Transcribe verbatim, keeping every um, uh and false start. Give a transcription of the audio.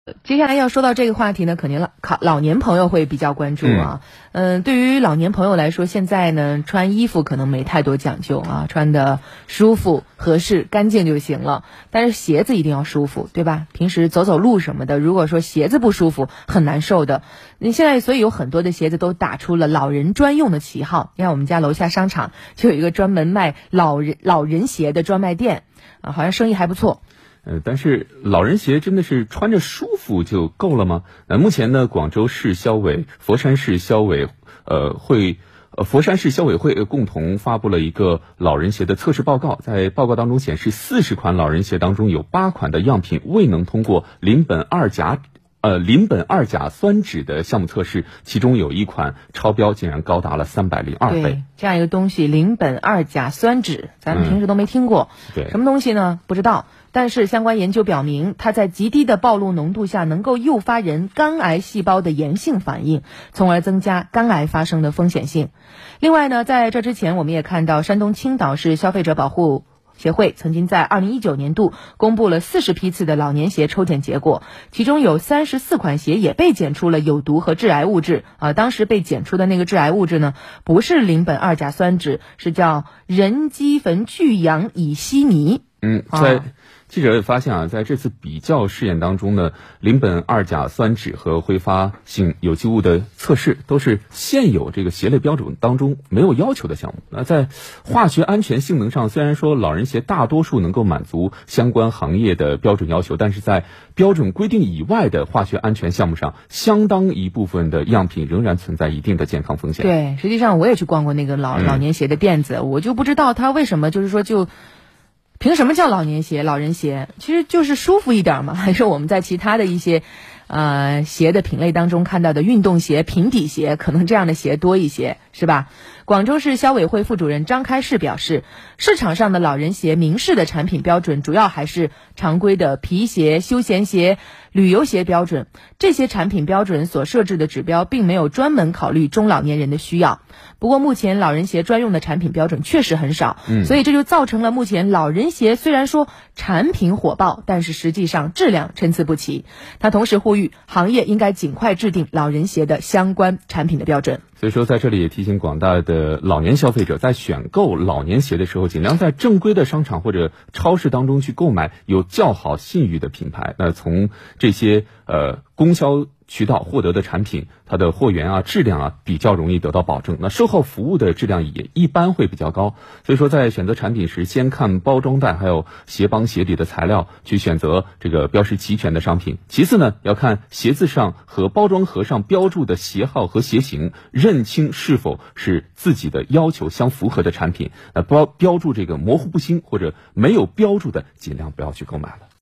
接下来要说到这个话题呢，肯定老老年朋友会比较关注啊。嗯、呃，对于老年朋友来说，现在呢穿衣服可能没太多讲究啊，穿的舒服、合适、干净就行了。但是鞋子一定要舒服，对吧？平时走走路什么的，如果说鞋子不舒服，很难受的。你现在所以有很多的鞋子都打出了老人专用的旗号。你看我们家楼下商场就有一个专门卖老人老人鞋的专卖店啊，好像生意还不错。 呃，但是老人鞋真的是穿着舒服就够了吗？呃，目前呢，广州市消委、佛山市消委呃会呃佛山市消委会共同发布了一个老人鞋的测试报告，在报告当中显示，四十款老人鞋当中有八款的样品未能通过邻苯二甲呃邻苯二甲酸酯的项目测试，其中有一款超标竟然高达了三百零二倍。 对，这样一个东西，邻苯二甲酸酯，咱们平时都没听过。 嗯、对， 什么东西呢？不知道。但是相关研究表明，它在极低的暴露浓度下能够诱发人肝癌细胞的炎性反应，从而增加肝癌发生的风险性。另外呢，在这之前我们也看到山东青岛市消费者保护协会曾经在二零一九年度公布了四十批次的老年鞋抽检结果，其中有三十四款鞋也被检出了有毒和致癌物质啊。当时被检出的那个致癌物质呢，不是邻苯二甲酸酯，是叫人基酚聚氧乙烯醚。 嗯，在记者也发现啊，在这次比较试验当中呢，邻苯二甲酸酯和挥发性有机物的测试都是现有这个鞋类标准当中没有要求的项目。那在化学安全性能上，虽然说老人鞋大多数能够满足相关行业的标准要求，但是在标准规定以外的化学安全项目上，相当一部分的样品仍然存在一定的健康风险。 对，实际上我也去逛过那个老、嗯、老年鞋的店子，我就不知道它为什么就是说就凭什么叫老年鞋、老人鞋？其实就是舒服一点嘛，还是我们在其他的一些呃鞋的品类当中看到的运动鞋、平底鞋，可能这样的鞋多一些，是吧？广州市消委会副主任张开士表示，市场上的老人鞋明示的产品标准主要还是常规的皮鞋、休闲鞋、旅游鞋标准，这些产品标准所设置的指标并没有专门考虑中老年人的需要。不过目前老人鞋专用的产品标准确实很少，嗯，所以这就造成了目前老人鞋虽然说产品火爆，但是实际上质量参差不齐。他同时呼吁行业应该尽快制定老人鞋的相关产品的标准。 所以说在这里也提醒广大的老年消费者，在选购老年鞋的时候，尽量在正规的商场或者超市当中去购买有较好信誉的品牌。那从这些呃供销渠道获得的产品，它的货源啊、质量啊比较容易得到保证。那售后服务的质量也一般会比较高。所以说在选择产品时，先看包装袋还有鞋帮鞋底的材料，去选择这个标识齐全的商品。其次呢，要看鞋子上和包装盒上标注的鞋号和鞋型，认清是否是自己的要求相符合的产品。那标标注这个模糊不清或者没有标注的，尽量不要去购买了。